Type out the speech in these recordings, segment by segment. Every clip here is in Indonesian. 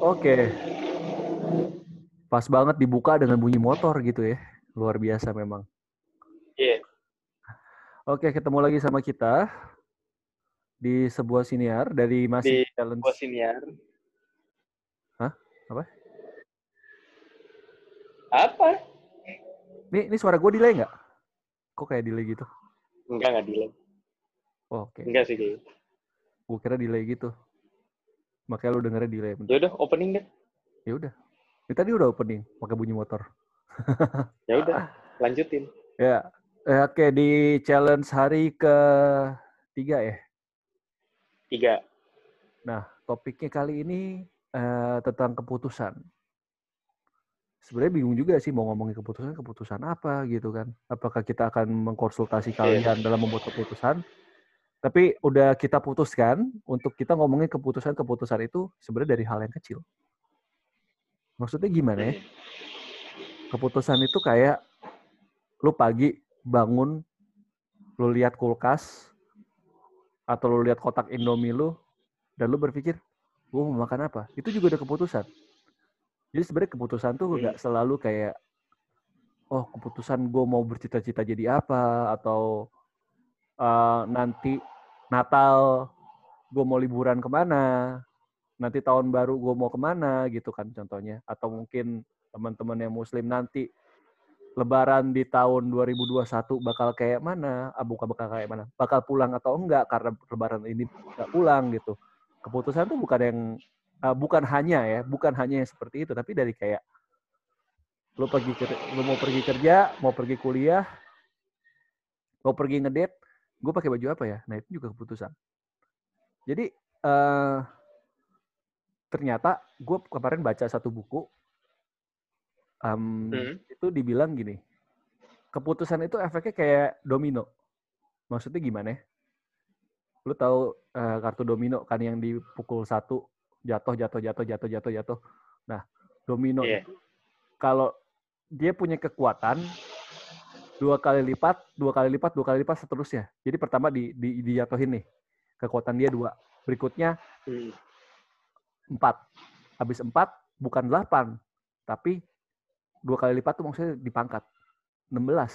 Oke, pas banget dibuka dengan bunyi motor gitu ya. Luar biasa memang. Iya. Oke, ketemu lagi sama kita di sebuah siniar dari masih Di challenge. sebuah siniar. Hah? Apa? Apa? Ini suara gue delay nggak? Kok kayak delay gitu? Enggak delay. Oke. Enggak sih kayaknya. Gue kira delay gitu. Makanya lu dengernya delay. Ya udah, opening deh. Ya udah. Ini tadi udah opening pakai bunyi motor. Ya udah, lanjutin. Ya. Oke, di challenge hari ke-3 ya. 3. Nah, topiknya kali ini tentang keputusan. Sebenarnya bingung juga sih mau ngomongin keputusan apa gitu kan. Apakah kita akan mengkonsultasi kalian dalam membuat keputusan? Tapi udah kita putuskan untuk kita ngomongin keputusan itu sebenarnya dari hal yang kecil. Maksudnya gimana ya? Keputusan itu kayak lu pagi bangun, lu lihat kulkas, atau lu lihat kotak Indomie lu, dan lu berpikir, gue mau makan apa? Itu juga udah keputusan. Jadi sebenarnya keputusan tuh nggak selalu kayak, oh keputusan gue mau bercita-cita jadi apa, atau nanti Natal gue mau liburan kemana, nanti tahun baru gue mau kemana gitu kan contohnya. Atau mungkin teman-teman yang muslim nanti Lebaran di tahun 2021 bakal kayak mana, bukan bakal kayak mana, bakal pulang atau enggak karena Lebaran ini enggak pulang gitu. Keputusan tuh bukan hanya yang seperti itu, tapi dari kayak lu mau pergi kerja, mau pergi kuliah, mau pergi ngedate, gue pakai baju apa ya? Nah itu juga keputusan. Jadi ternyata gue kemarin baca satu buku, itu dibilang gini, keputusan itu efeknya kayak domino. Maksudnya gimana ya? Lu tahu kartu domino kan yang dipukul satu jatuh. Nah, domino itu kalau dia punya kekuatan dua kali lipat seterusnya. Jadi pertama dijatuhin nih, kekuatan dia 2. Berikutnya 4. Habis 4 bukan 8, tapi 2 kali lipat tuh maksudnya dipangkat 16.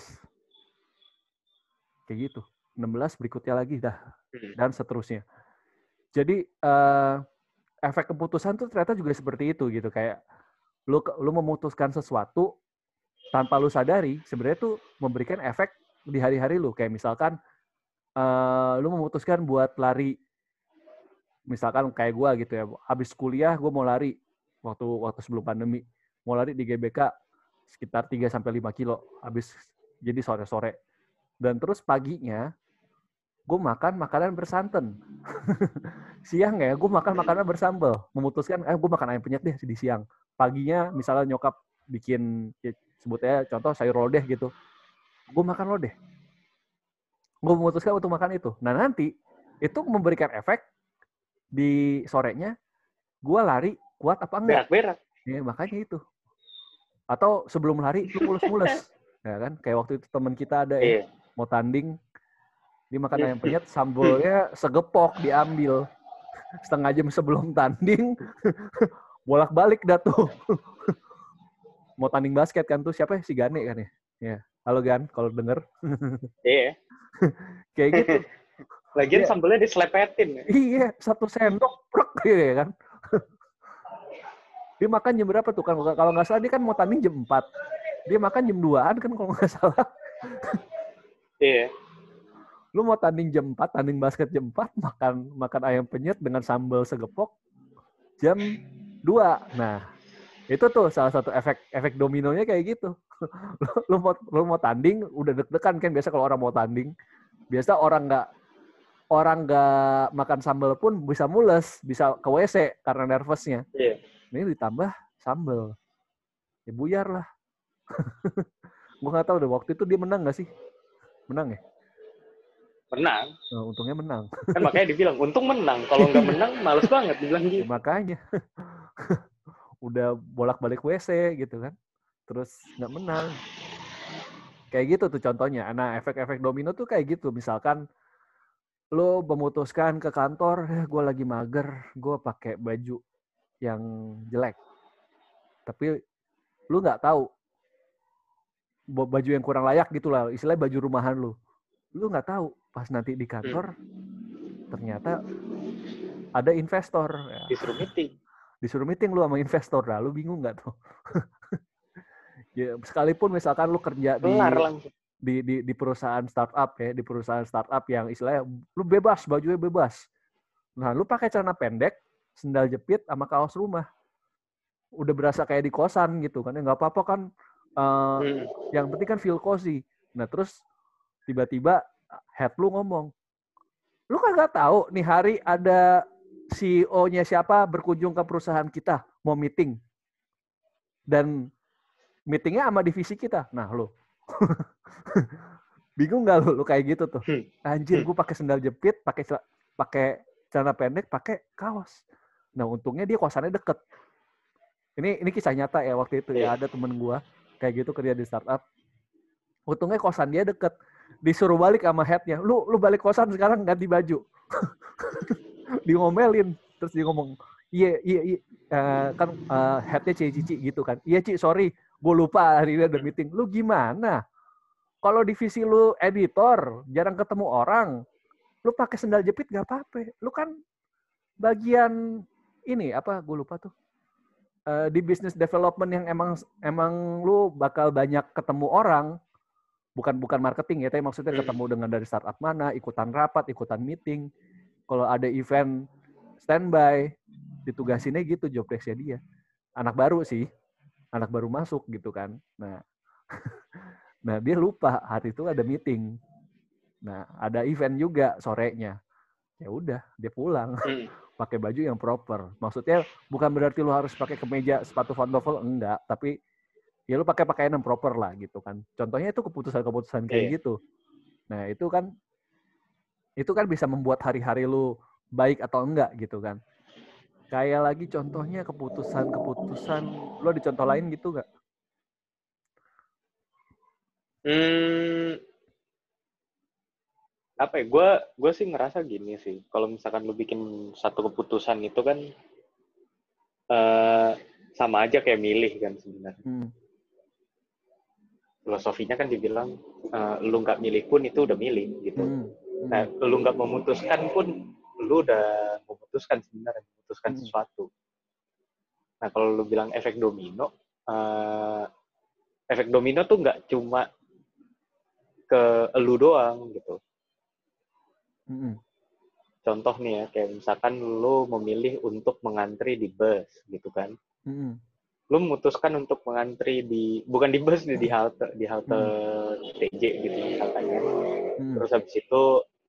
Kayak gitu. 16 berikutnya lagi dah dan seterusnya. Jadi efek keputusan tuh ternyata juga seperti itu gitu, kayak lu memutuskan sesuatu tanpa lu sadari sebenarnya tuh memberikan efek di hari-hari lu. Kayak misalkan lu memutuskan buat lari, misalkan kayak gue gitu ya, habis kuliah gue mau lari waktu sebelum pandemi, mau lari di GBK sekitar 3-5 kilo habis, jadi sore-sore, dan terus paginya gue makan makanan bersantan. Siang ya, gue makan makanan bersambal. Memutuskan, gue makan ayam penyet deh di siang. Paginya misalnya nyokap bikin, sebutnya contoh sayur lodeh gitu. Gue makan lodeh. Gue memutuskan untuk makan itu. Nah nanti, itu memberikan efek di sorenya, gue lari kuat apa enggak. Berak-berak. Ya, makanya itu. Atau sebelum lari, lu mules-mules. Ya kan? Kayak waktu itu teman kita ada ya, mau tanding, dia makan ayam penyet, sambalnya segepok diambil. Setengah jam sebelum tanding, bolak-balik dah tuh. Mau tanding basket kan tuh, siapa ya? Si Gane kan ya? Ya. Halo Gan, kalau denger. Iya. Kayak gitu. Lagian Ya. sambelnya diselepetin. Iya, 1 sendok, prek gitu ya kan. Dia makan jam berapa tuh kan? Kalau nggak salah dia kan mau tanding jam 4. Dia makan jam 2-an kan kalau nggak salah. Iya. Lu mau tanding jam 4, tanding basket jam 4, makan ayam penyet dengan sambal segepok jam 2. Nah, itu tuh salah satu efek dominonya kayak gitu. Lu mau tanding udah deg-degan kan, biasa kalau orang mau tanding. Biasa orang nggak makan sambal pun bisa mules, bisa ke WC karena nervousnya. Iya. Ini ditambah sambal. Ya buyar lah. Gue nggak tahu deh waktu itu dia menang nggak sih? Menang ya? Menang. Nah, untungnya menang. Kan makanya dibilang, untung menang. Kalau nggak menang, males banget dibilang gitu. Ya, makanya. Udah bolak-balik WC gitu kan. Terus nggak menang. Kayak gitu tuh contohnya. Nah, efek-efek domino tuh kayak gitu. Misalkan lo memutuskan ke kantor, gue lagi mager, gue pakai baju yang jelek. Tapi lu nggak tahu baju yang kurang layak gitu lah, istilahnya baju rumahan lu nggak tahu pas nanti di kantor ternyata ada investor ya. Disuruh meeting lu sama investor lah, lu bingung nggak tuh? Ya sekalipun misalkan lu kerja di perusahaan startup ya, di perusahaan startup yang istilahnya lu bebas, bajunya bebas. Nah, lu pakai celana pendek, sendal jepit sama kaos rumah. Udah berasa kayak di kosan gitu kan. Ya nggak apa-apa kan. Yang penting kan feel cozy. Nah, terus tiba-tiba head lu ngomong, lu kagak tahu nih hari ada CEO-nya siapa berkunjung ke perusahaan kita mau meeting. Dan meetingnya sama divisi kita. Nah, lu bingung nggak lu kayak gitu tuh? Anjir, gue pakai sendal jepit, pakai celana pendek, pakai kaos. Nah, untungnya dia kosannya deket. Ini kisah nyata ya waktu itu ya, ada temen gue kayak gitu kerja di startup. Untungnya kosan dia deket. Disuruh balik sama headnya, lu balik kosan sekarang ganti baju. Diomelin, terus dia ngomong, iya, kan headnya Cici gitu kan. Iya Ci, sorry, gue lupa hari ini ada meeting. Lu gimana? Kalau divisi lu editor, jarang ketemu orang, lu pakai sendal jepit gak apa-apa. Lu kan bagian ini apa? Gue lupa tuh. Di business development yang emang lu bakal banyak ketemu orang, bukan marketing ya, tapi maksudnya ketemu dengan dari startup mana, ikutan rapat, ikutan meeting. Kalau ada event standby, ditugasinnya gitu job desk-nya dia. Anak baru sih, anak baru masuk gitu kan. Nah dia lupa hari itu ada meeting. Nah ada event juga sorenya. Ya udah dia pulang pakai baju yang proper. Maksudnya bukan berarti lu harus pakai kemeja, sepatu pantofel, enggak. Tapi ya lu pakai pakaian yang proper lah gitu kan. Contohnya itu keputusan-keputusan kayak gitu. Nah itu kan bisa membuat hari-hari lu baik atau enggak gitu kan. Kayak lagi contohnya keputusan, lu ada contoh lain gitu nggak? Apa ya, gue sih ngerasa gini sih, kalau misalkan lu bikin satu keputusan itu kan sama aja kayak milih kan sebenarnya. Filosofinya kan dibilang lu nggak milih pun itu udah milih gitu. Nah, lu nggak memutuskan pun lu udah memutuskan sebenarnya, memutuskan sesuatu. Nah, kalau lu bilang efek domino tuh nggak cuma ke lu doang gitu. Contoh nih ya, kayak misalkan lu memilih untuk mengantri di bus gitu kan. Lu memutuskan untuk mengantri bukan di bus nih, di halte TJ gitu misalkan. Terus habis itu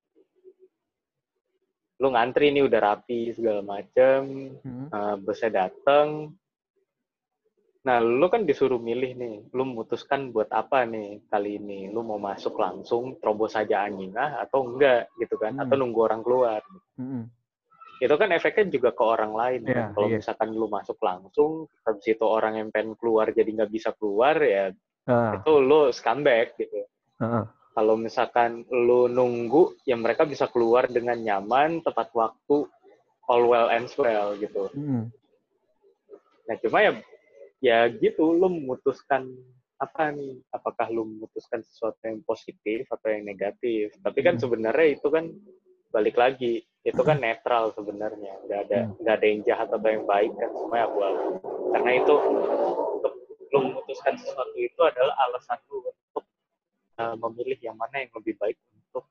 lu ngantri nih udah rapi segala macem, busnya dateng. Nah, lu kan disuruh milih nih, lu memutuskan buat apa nih kali ini, lu mau masuk langsung terobos saja Aminah atau enggak gitu kan, atau nunggu orang keluar. Itu kan efeknya juga ke orang lain kan. Kalau misalkan lu masuk langsung, habis itu orang yang pengen keluar jadi nggak bisa keluar ya, itu lu scumbag gitu. Kalau misalkan lu nunggu, ya mereka bisa keluar dengan nyaman, tepat waktu, all well ends well gitu. Nah cuma ya gitu, lu memutuskan apa nih? Apakah lu memutuskan sesuatu yang positif atau yang negatif? Tapi kan sebenarnya itu kan balik lagi, itu kan netral sebenarnya, nggak ada yang jahat atau yang baik kan, semuanya abu-abu. Karena itu untuk lu memutuskan sesuatu itu adalah alasan lu untuk memilih yang mana yang lebih baik untuk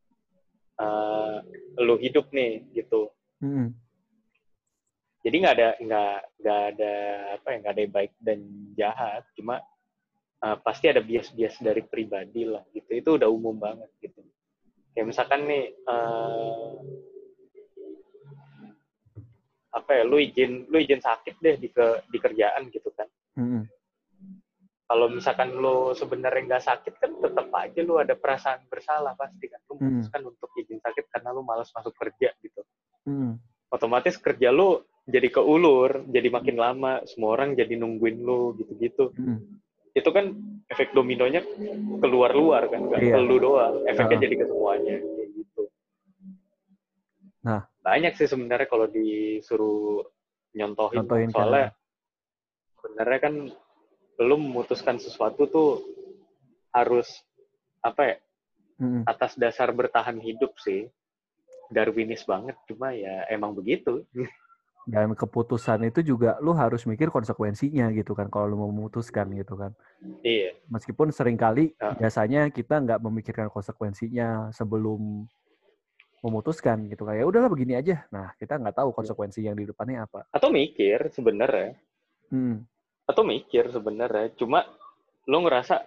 lu hidup nih gitu. Jadi nggak ada yang baik dan jahat, cuma pasti ada bias-bias dari pribadi lah gitu. Itu udah umum banget gitu. Kayak misalkan nih lu izin sakit deh di kerjaan gitu kan. Kalau misalkan lu sebenarnya nggak sakit kan tetap aja lu ada perasaan bersalah pasti kan. Lu memutuskan untuk izin sakit karena lu malas masuk kerja gitu. Otomatis kerja lu jadi keulur, jadi makin lama, semua orang jadi nungguin lu gitu-gitu. Itu kan efek dominonya keluar-luar kan, nggak ke lu doang, efeknya jadi ke semuanya kayak gitu. Nah, banyak sih sebenarnya kalau disuruh nyontohin Contohin soalnya sebenarnya kan lu memutuskan sesuatu tuh harus apa ya, atas dasar bertahan hidup sih. Darwinis banget, cuma ya emang begitu. Dan keputusan itu juga lu harus mikir konsekuensinya gitu kan kalau lu mau memutuskan gitu kan. Iya. Meskipun seringkali biasanya kita nggak memikirkan konsekuensinya sebelum memutuskan gitu kan. Ya udahlah begini aja. Nah, kita nggak tahu konsekuensi yang di depannya apa. Atau mikir sebenarnya. Cuma lu ngerasa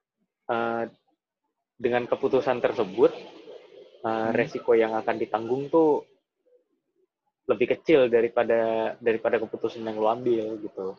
dengan keputusan tersebut resiko yang akan ditanggung tuh lebih kecil daripada keputusan yang lo ambil gitu.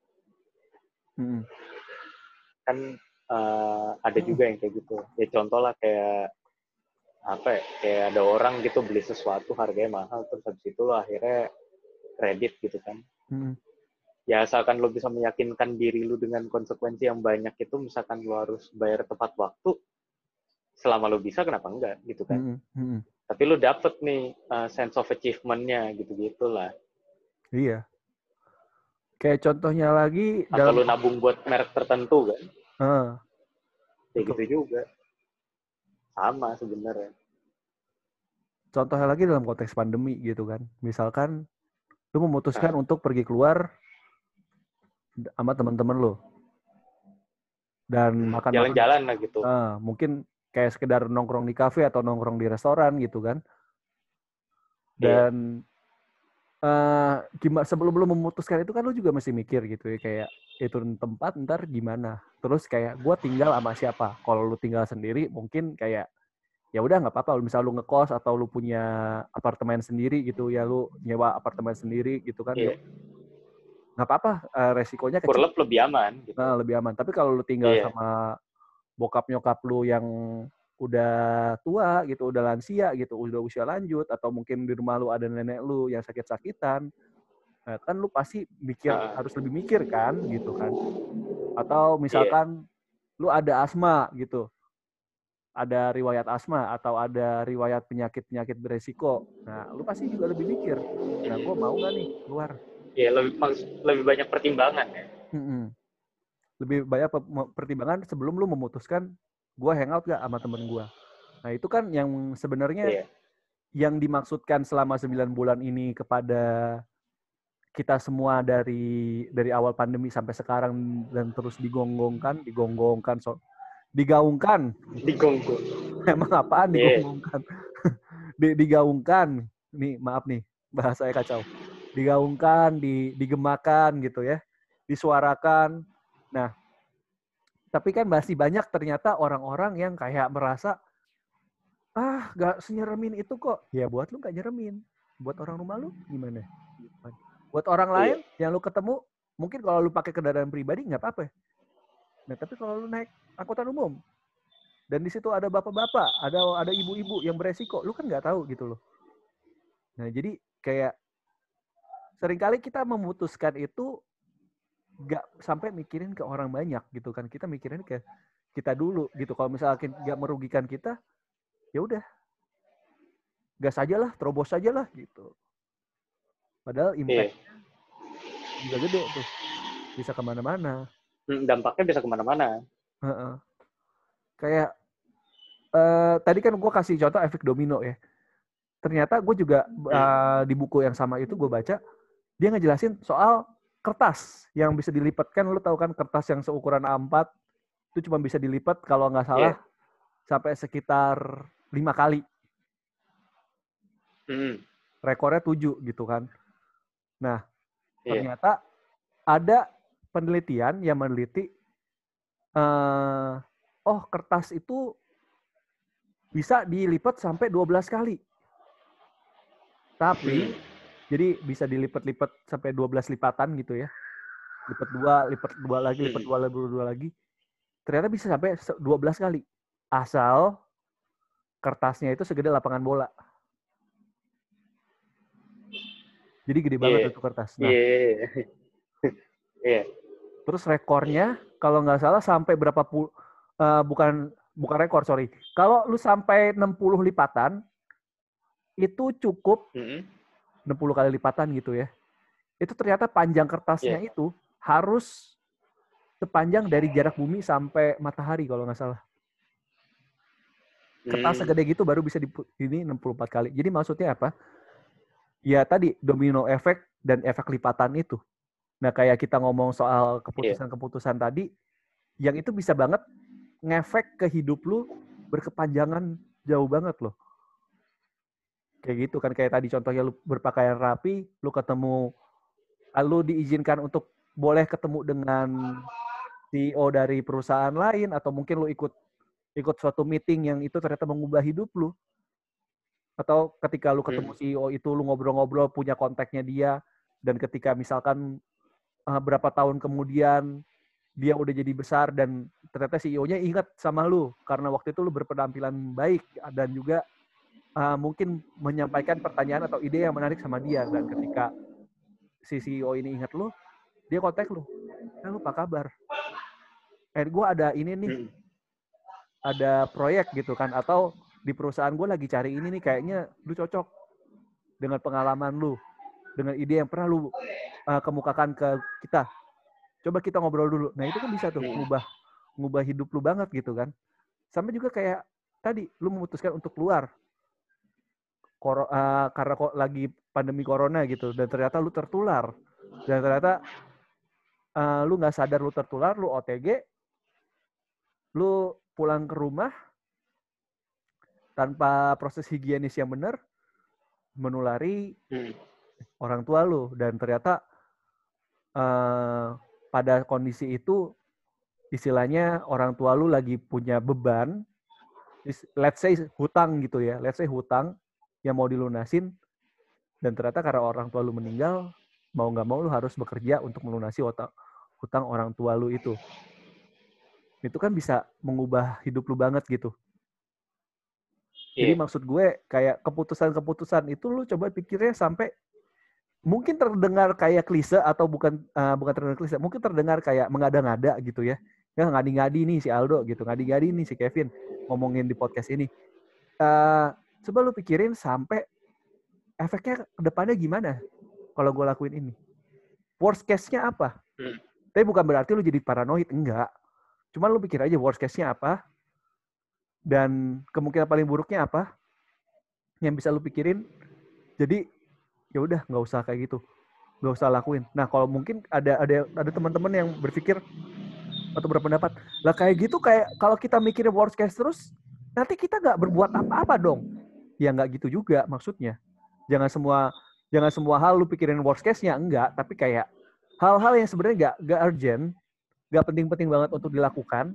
Kan ada juga yang kayak gitu. Ya contoh lah kayak apa ya, kayak ada orang gitu beli sesuatu harganya mahal terus habis itu lo akhirnya kredit gitu kan. Ya asalkan lo bisa meyakinkan diri lo dengan konsekuensi yang banyak itu, misalkan lo harus bayar tepat waktu, selama lo bisa kenapa enggak gitu kan. Tapi lo dapet nih sense of achievement-nya gitu-gitu lah. Iya. Kayak contohnya lagi atau lo nabung buat merek tertentu kan. Kayak gitu juga. Sama sebenarnya. Contohnya lagi dalam konteks pandemi gitu kan. Misalkan lo memutuskan untuk pergi keluar sama teman-teman lo. Dan makan jalan-jalan lah gitu. Mungkin kayak sekedar nongkrong di kafe atau nongkrong di restoran gitu kan. Dan gimana sebelum lu memutuskan itu kan lu juga mesti mikir gitu ya, kayak itu tempat ntar gimana. Terus kayak gue tinggal sama siapa. Kalau lu tinggal sendiri mungkin kayak ya udah nggak apa-apa. Misal lu ngekos atau lu punya apartemen sendiri gitu ya, lu nyewa apartemen sendiri gitu kan. Ya nggak apa-apa, resikonya kecil. Lebih aman gitu. Lebih aman. Tapi kalau lu tinggal sama bokap nyokap lu yang udah tua gitu, udah lansia gitu, udah usia lanjut, atau mungkin di rumah lu ada nenek lu yang sakit-sakitan, nah, kan lu pasti mikir, harus lebih mikir kan gitu kan. Atau misalkan lu ada asma gitu, ada riwayat asma atau ada riwayat penyakit-penyakit beresiko, nah lu pasti juga lebih mikir, nah gue mau nggak nih keluar. Iya, lebih banyak pertimbangan ya. Lebih banyak pertimbangan sebelum lu memutuskan gue hangout gak sama temen gue. Nah itu kan yang sebenarnya yang dimaksudkan selama 9 bulan ini kepada kita semua dari awal pandemi sampai sekarang dan terus digaungkan. Emang apaan digonggongkan? Digaungkan. Nih maaf nih bahasanya kacau. Digaungkan, digemakan gitu ya, disuarakan. Nah, tapi kan masih banyak ternyata orang-orang yang kayak merasa gak senyeremin itu kok. Ya buat lu gak nyeremin. Buat orang rumah lu gimana? Buat orang lain yang lu ketemu, mungkin kalau lu pakai kendaraan pribadi gak apa-apa. Nah tapi kalau lu naik angkutan umum, dan di situ ada bapak-bapak, ada ibu-ibu yang beresiko, lu kan gak tahu gitu loh. Nah jadi kayak seringkali kita memutuskan itu gak sampai mikirin ke orang banyak gitu kan. Kita mikirin ke kita dulu gitu. Kalau misalnya gak merugikan kita, ya udah, gas aja lah, terobos aja lah gitu. Padahal impact-nya juga gede tuh, bisa kemana-mana. Dampaknya bisa kemana-mana. Kayak tadi kan gue kasih contoh efek domino ya. Ternyata gue juga di buku yang sama itu gue baca, dia ngejelasin soal kertas yang bisa dilipatkan. Lu tahu kan kertas yang seukuran A4 itu cuma bisa dilipat kalau nggak salah sampai sekitar 5 kali. Rekornya 7 gitu kan. Nah, ternyata ada penelitian yang meneliti kertas itu bisa dilipat sampai 12 kali. Tapi jadi bisa dilipat-lipat sampai 12 lipatan gitu ya. Lipat 2 lagi, lipat 2 lagi. Ternyata bisa sampai 12 kali. Asal kertasnya itu segede lapangan bola. Jadi gede banget itu kertas. Nah, terus rekornya kalau nggak salah sampai berapa bukan rekor, sorry. Kalau lu sampai 60 lipatan, itu cukup 60 kali lipatan gitu ya. itu ternyata panjang kertasnya itu harus sepanjang dari jarak bumi sampai matahari kalau nggak salah. Kertas segede gitu baru bisa ini 64 kali. Jadi maksudnya apa? Ya tadi domino efek dan efek lipatan itu. Nah kayak kita ngomong soal keputusan-keputusan tadi, yang itu bisa banget ngefek ke hidup lu berkepanjangan jauh banget loh. Kayak gitu kan, kayak tadi contohnya lu berpakaian rapi, lu ketemu, lu diizinkan untuk boleh ketemu dengan CEO dari perusahaan lain, atau mungkin lu ikut suatu meeting yang itu ternyata mengubah hidup lu. Atau ketika lu ketemu CEO itu, lu ngobrol-ngobrol, punya kontaknya dia, dan ketika misalkan berapa tahun kemudian dia udah jadi besar dan ternyata CEO-nya ingat sama lu karena waktu itu lu berpenampilan baik dan juga mungkin menyampaikan pertanyaan atau ide yang menarik sama dia, dan ketika si CEO ini ingat lu, dia kontak lu, lu apa kabar? Gue ada ini nih, ada proyek gitu kan, atau di perusahaan gue lagi cari ini nih, kayaknya lu cocok dengan pengalaman lu, dengan ide yang pernah lu kemukakan ke kita. Coba kita ngobrol dulu. Nah itu kan bisa tuh ngubah hidup lu banget gitu kan. Sama juga kayak tadi, lu memutuskan untuk keluar karena kok lagi pandemi corona gitu, dan ternyata lu tertular, dan ternyata lu nggak sadar lu tertular, lu OTG, lu pulang ke rumah tanpa proses higienis yang benar, menulari orang tua lu, dan ternyata pada kondisi itu istilahnya orang tua lu lagi punya beban, let's say hutang gitu ya, let's say hutang yang mau dilunasin, dan ternyata karena orang tua lu meninggal, mau nggak mau lu harus bekerja untuk melunasi hutang orang tua lu itu. Itu kan bisa mengubah hidup lu banget gitu. Jadi maksud gue kayak keputusan-keputusan itu lu coba pikirnya sampai, mungkin terdengar kayak klise atau bukan terdengar klise, mungkin terdengar kayak mengada-ngada gitu ya. Ya ngadi-ngadi nih si Aldo gitu, ngadi-ngadi nih si Kevin ngomongin di podcast ini. Coba lu pikirin sampai efeknya ke depannya gimana kalau gue lakuin ini. Worst case-nya apa? Tapi bukan berarti lu jadi paranoid, enggak. Cuma lu pikir aja worst case-nya apa, dan kemungkinan paling buruknya apa yang bisa lu pikirin. Jadi ya udah, nggak usah kayak gitu, nggak usah lakuin. Nah kalau mungkin ada teman-teman yang berpikir atau berpendapat, lah kayak gitu, kayak kalau kita mikirin worst case terus, nanti kita nggak berbuat apa-apa dong. Ya nggak gitu juga maksudnya. Jangan semua hal lu pikirin worst case-nya, enggak. Tapi kayak hal-hal yang sebenarnya nggak urgent, nggak penting-penting banget untuk dilakukan,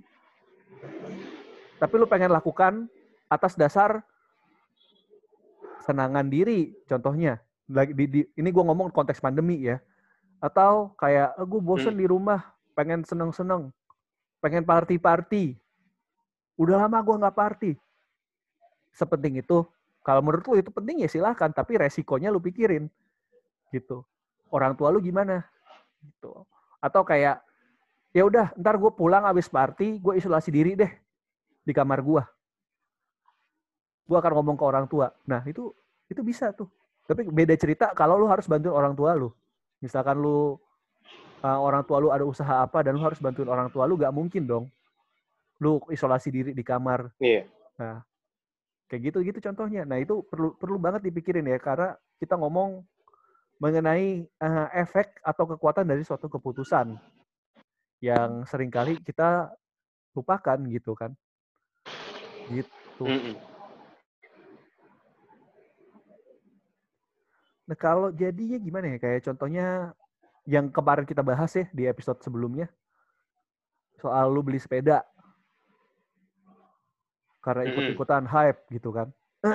tapi lu pengen lakukan atas dasar senangan diri, contohnya. Ini gue ngomong konteks pandemi ya. Atau kayak, gue bosen di rumah, pengen seneng-seneng, pengen party-party. Udah lama gue nggak party. Sepenting itu, kalau menurut lu itu penting ya silahkan, tapi resikonya lu pikirin. Gitu. Orang tua lu gimana? Gitu. Atau kayak, ya udah, ntar gue pulang abis party, gue isolasi diri deh di kamar gue. Gue akan ngomong ke orang tua. Nah itu bisa tuh. Tapi beda cerita kalau lu harus bantuin orang tua lu. Misalkan lu orang tua lu ada usaha apa dan lu harus bantuin orang tua lu, gak mungkin dong lu isolasi diri di kamar. Nah kayak gitu contohnya. Nah itu perlu banget dipikirin ya, karena kita ngomong mengenai efek atau kekuatan dari suatu keputusan yang seringkali kita lupakan gitu kan. Gitu. Nah kalau jadinya gimana ya, kayak contohnya yang kemarin kita bahas ya di episode sebelumnya, soal lu beli sepeda karena ikut-ikutan hype gitu kan.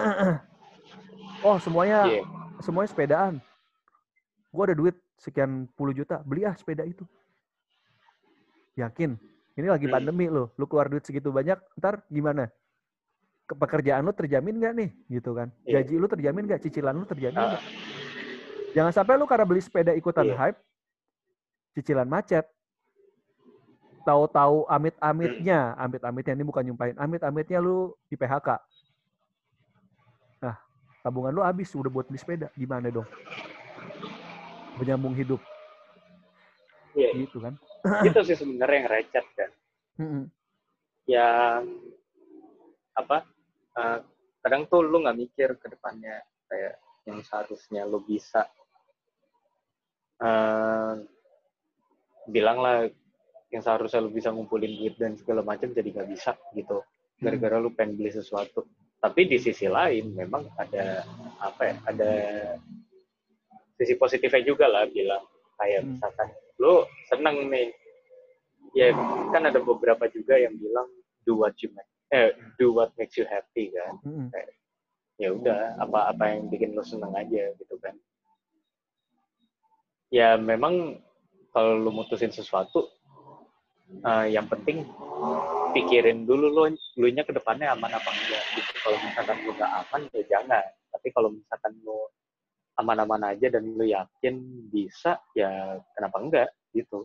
Oh semuanya sepedaan. Gue ada duit sekian puluh juta, beli sepeda itu. Yakin? Ini lagi pandemi lo, lu keluar duit segitu banyak, ntar gimana? Pekerjaan lu terjamin nggak nih? Gitu kan. Gaji lu terjamin nggak? Cicilan lu terjamin nggak? Jangan sampai lu karena beli sepeda ikutan hype, cicilan macet. Tahu-tahu amit-amitnya ini bukan nyumpahin, amit-amitnya lu di PHK. Nah, tabungan lu habis udah buat beli sepeda, gimana dong? menyambung hidup. Iya. Gitu kan. Itu sih sebenarnya yang recet kan. Yang kadang tuh lu nggak mikir ke depannya kayak yang seharusnya lu bisa bilang lah yang seharusnya lu bisa ngumpulin duit dan segala macam jadi nggak bisa gitu gara-gara lu pengen beli sesuatu. Tapi di sisi lain memang ada ada sisi positifnya juga lah, bilang kayak misalkan lu seneng nih ya, kan ada beberapa juga yang bilang do what makes you happy kan. Kayak, ya udah apa yang bikin lu seneng aja gitu kan. Ya memang kalau lu mutusin sesuatu yang penting pikirin dulu lu nya ke depannya aman apa enggak gitu. Kalau misalkan lu nggak aman ya jangan, tapi kalau misalkan lu aman-aman aja dan lu yakin bisa ya kenapa enggak gitu.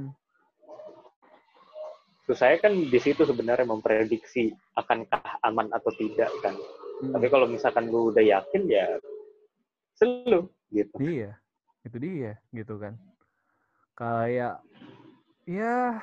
Terus saya kan di situ sebenarnya memprediksi akankah aman atau tidak kan. Tapi kalau misalkan lu udah yakin ya selalu gitu. Iya, itu dia gitu kan. Kayak ya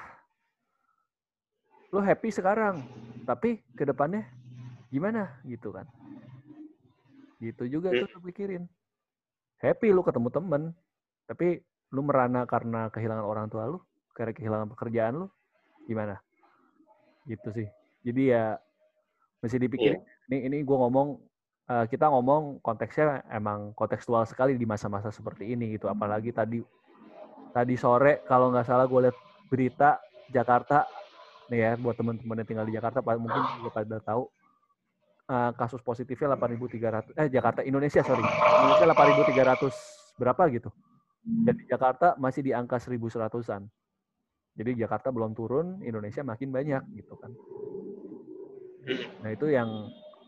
lu happy sekarang, tapi ke depannya gimana gitu kan. Gitu juga tuh lu pikirin. Happy lu ketemu temen, tapi lu merana karena kehilangan orang tua lu, karena kehilangan pekerjaan lu, gimana? Gitu sih. Jadi ya mesti dipikirin. Ini gue ngomong, kita ngomong konteksnya emang kontekstual sekali di masa-masa seperti ini gitu. Apalagi tadi sore kalau nggak salah gue lihat berita Jakarta nih ya, buat teman-teman yang tinggal di Jakarta mungkin juga pada tahu kasus positifnya 8.300 Indonesia 8.300 berapa gitu. Dan di Jakarta masih di angka 1.100-an. Jadi Jakarta belum turun, Indonesia makin banyak gitu kan. Nah itu yang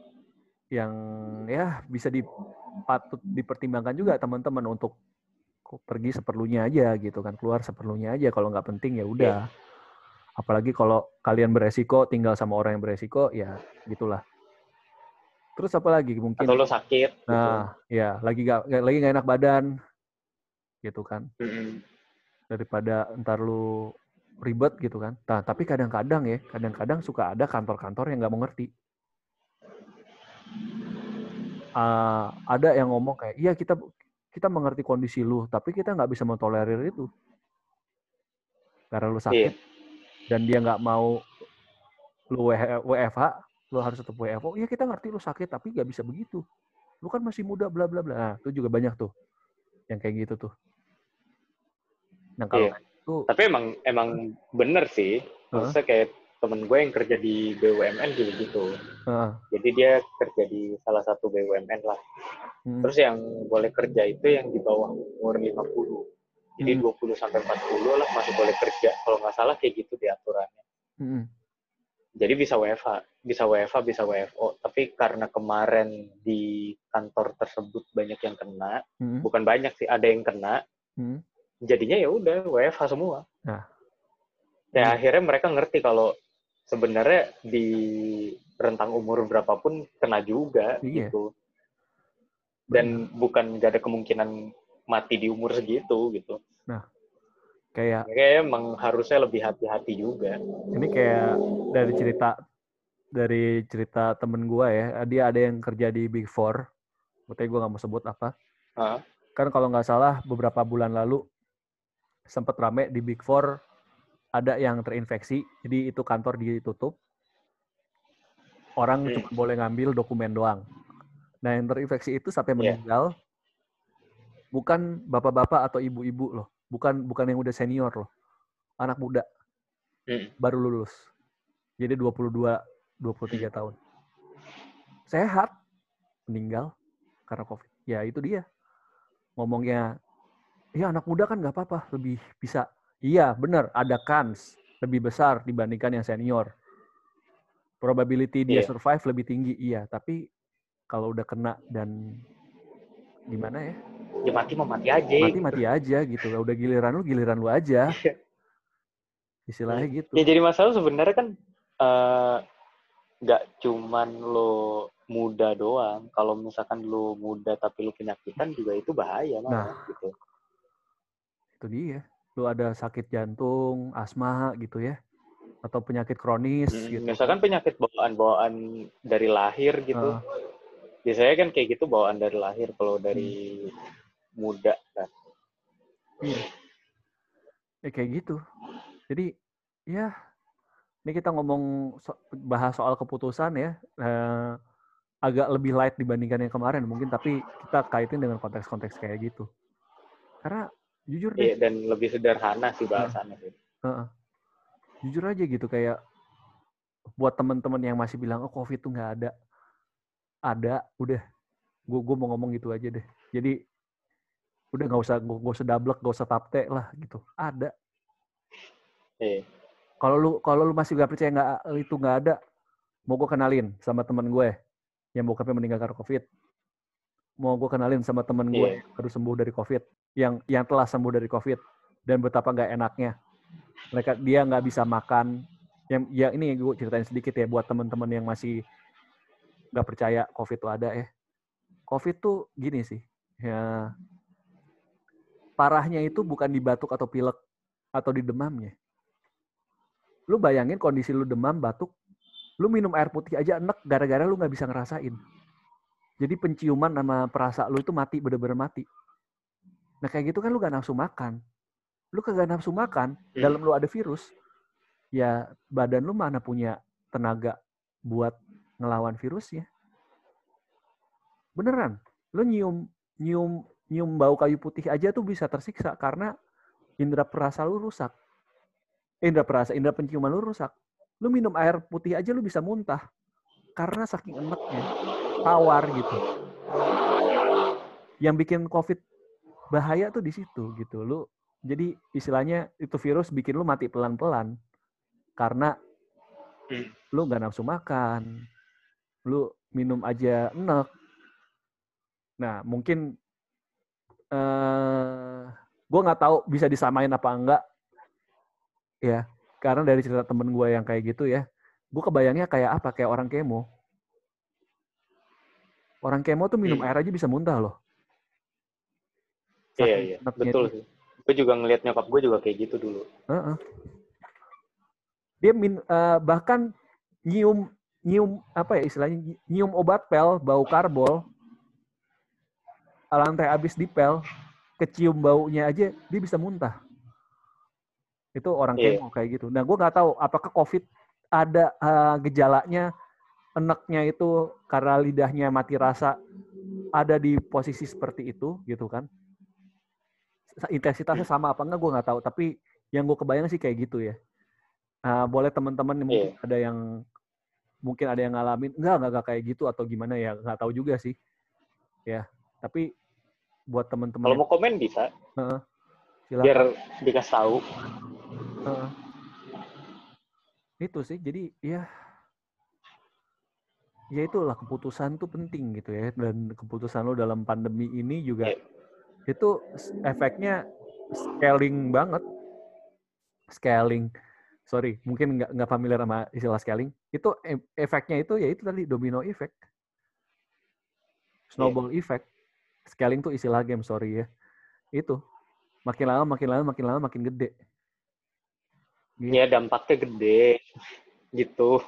ya bisa patut dipertimbangkan juga teman-teman untuk pergi seperlunya aja gitu kan, keluar seperlunya aja, kalau nggak penting ya udah. Apalagi kalau kalian beresiko tinggal sama orang yang beresiko ya gitulah. Terus apa lagi mungkin? Atau lo sakit. Nah, gitu. Ya lagi nggak enak badan, gitu kan. Daripada ntar lu ribet gitu kan. Nah, tapi kadang-kadang suka ada kantor-kantor yang nggak mengerti. Ada yang ngomong kayak, iya kita mengerti kondisi lu, tapi kita nggak bisa mentolerir itu. Karena lu sakit, dan dia nggak mau lu WFH, lu harus tetap WFO. Iya kita ngerti lu sakit, tapi nggak bisa begitu. Lu kan masih muda, bla bla bla. Nah, itu juga banyak tuh yang kayak gitu tuh. Nah kalau itu, tapi emang bener sih. Maksudnya kayak temen gue yang kerja di BUMN juga gitu. Jadi dia kerja di salah satu BUMN lah. Terus yang boleh kerja itu yang di bawah umur 50. Jadi 20 sampai 40 lah masih boleh kerja. Kalau nggak salah kayak gitu di aturannya. Jadi bisa WFH, bisa WFO. Tapi karena kemarin di kantor tersebut banyak yang kena, bukan banyak sih, ada yang kena. Jadinya ya udah WFH semua. Nah, ya akhirnya mereka ngerti kalau sebenarnya di rentang umur berapapun kena juga gitu. Dan bukan gak ada kemungkinan mati di umur segitu gitu. Nah, kayak emang harusnya lebih hati-hati juga. Ini kayak dari cerita temen gue ya, dia ada yang kerja di Big Four, makanya gue nggak mau sebut apa. Kan kalau nggak salah beberapa bulan lalu sempat rame di Big Four, ada yang terinfeksi, jadi itu kantor ditutup, orang cuma boleh ngambil dokumen doang. Nah yang terinfeksi itu sampai meninggal, bukan bapak-bapak atau ibu-ibu loh, bukan yang udah senior loh, anak muda, baru lulus, jadi 22-23 tahun, sehat, meninggal karena COVID. Ya itu dia ngomongnya, ya anak muda kan nggak apa-apa, lebih bisa. Iya benar, ada kans lebih besar dibandingkan yang senior. Probability dia survive lebih tinggi, iya. Tapi kalau udah kena dan gimana ya? Ya mati aja. Mati aja gitu. Udah giliran lu aja. Istilahnya gitu. Ya jadi masalah sebenarnya kan nggak cuman lo muda doang. Kalau misalkan lo muda tapi lo penyakitan juga itu bahaya malah gitu. itu dia. Lu ada sakit jantung, asma gitu ya, atau penyakit kronis gitu. Misalkan penyakit bawaan dari lahir gitu. Biasanya kan kayak gitu bawaan dari lahir kalau dari muda kan. Iya. Ya kayak gitu. Jadi ya ini kita bahas soal keputusan ya. Agak lebih light dibandingkan yang kemarin mungkin, tapi kita kaitin dengan konteks-konteks kayak gitu. Karena jujur deh. Iya, dan lebih sederhana sih bahasannya. Jujur aja gitu, kayak buat teman-teman yang masih bilang oh COVID tuh nggak ada. Ada, udah. Gue mau ngomong gitu aja deh. Jadi udah nggak usah dablek, nggak usah tapte lah gitu. Ada. Kalau lu masih nggak percaya itu nggak ada, mau gue kenalin sama teman gue yang bokapnya meninggal karena COVID. Mau gue kenalin sama teman gue yang baru sembuh dari COVID, yang telah sembuh dari COVID, dan betapa nggak enaknya. Dia nggak bisa makan. Yang ini gue ceritain sedikit ya buat teman-teman yang masih nggak percaya COVID tuh ada ya. COVID tuh gini sih, ya parahnya itu bukan di batuk atau pilek atau di demamnya. Lu bayangin kondisi lu demam, batuk, lu minum air putih aja enek gara-gara lu nggak bisa ngerasain. Jadi penciuman sama perasa lu itu mati, bener-bener mati. Nah kayak gitu kan lu gak nafsu makan. Lu kagak nafsu makan, dalam lu ada virus, ya badan lu mana punya tenaga buat ngelawan virusnya. Beneran, lu nyium bau kayu putih aja tuh bisa tersiksa karena indera perasa lu rusak. Indera penciuman lu rusak. Lu minum air putih aja lu bisa muntah karena saking enaknya, tawar gitu. Yang bikin COVID bahaya tuh di situ gitu. Lu jadi istilahnya itu virus bikin lu mati pelan-pelan karena lu nggak nafsu makan, lu minum aja enek. Nah mungkin gue nggak tahu bisa disamain apa enggak ya, karena dari cerita temen gue yang kayak gitu ya, gue kebayangnya kayak apa, kayak orang kemo. Orang kemo tuh minum air aja bisa muntah loh. Iya, betul sih. Gue juga ngeliat nyokap gue juga kayak gitu dulu. Dia bahkan nyium apa ya istilahnya, nyium obat pel, bau karbol, lantai abis dipel, kecium baunya aja dia bisa muntah. Itu orang kemo kayak gitu. Nah gue nggak tahu apakah COVID ada gejalanya, eneknya itu karena lidahnya mati rasa, ada di posisi seperti itu gitu kan. Intensitasnya sama apa enggak gue nggak tahu, tapi yang gue kebayang sih kayak gitu ya. Boleh teman-teman mungkin ada yang ngalamin enggak kayak gitu atau gimana ya, nggak tahu juga sih ya. Tapi buat teman-teman kalau mau komen bisa, silakan. Biar dikasih tahu. Itu sih, jadi ya itulah, keputusan tuh penting gitu ya, dan keputusan lo dalam pandemi ini juga itu efeknya scaling banget. Sorry, mungkin nggak familiar sama istilah scaling. Itu efeknya itu ya itu tadi, domino effect, snowball effect. Scaling tuh istilah game, sorry ya. Itu makin lama makin gede. Gitu. Ya dampaknya gede gitu.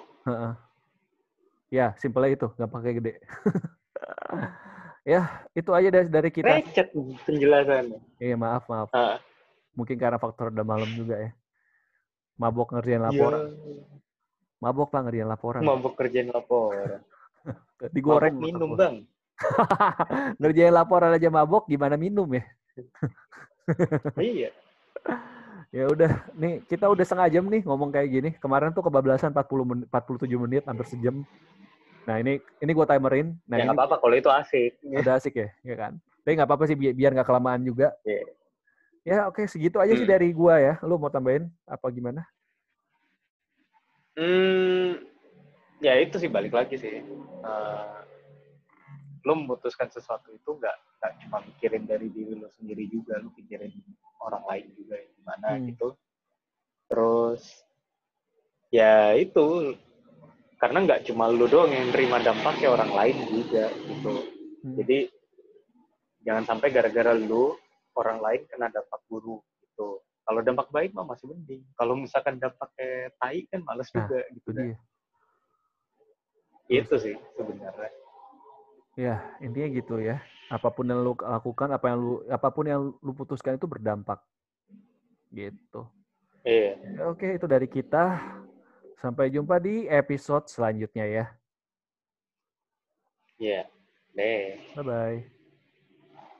Ya simpelnya itu, dampaknya gede. Ya itu aja dari kita. Recet penjelasannya. Iya maaf. Mungkin karena faktor udah malam juga ya. Mabok ngerjain laporan. Mabok Pak ngerjain laporan. Mabok ngerjain laporan. Digoreng. Mabok minum Bang. Ngerjain laporan aja mabok, gimana minum ya? Iya. Ya udah, nih kita udah setengah jam nih ngomong kayak gini. Kemarin tuh kebablasan 47 menit, hampir sejam. Nah ini gue timerin. Nah, ya nggak apa-apa kalau itu asik. Udah asik ya kan? Tapi nggak apa-apa sih, biar nggak kelamaan juga. Ya oke, segitu aja sih dari gue ya. Lu mau tambahin apa gimana? Ya itu sih, balik lagi sih. Lo memutuskan sesuatu itu nggak cuma mikirin dari diri lo sendiri juga, lo pikirin orang lain juga gimana gitu. Terus ya itu, karena nggak cuma lo doang yang nerima dampaknya, orang lain juga gitu. Jadi jangan sampai gara-gara lo orang lain kena dampak buruk gitu. Kalau dampak baik mah masih mending. Kalau misalkan dampaknya tai kan males juga gitu kan. Itu sih sebenarnya. Ya, intinya gitu ya. Apapun yang lu lakukan, apapun yang lu putuskan itu berdampak. Gitu. Iya. Oke, itu dari kita. Sampai jumpa di episode selanjutnya ya. Iya. Deh. Bye-bye.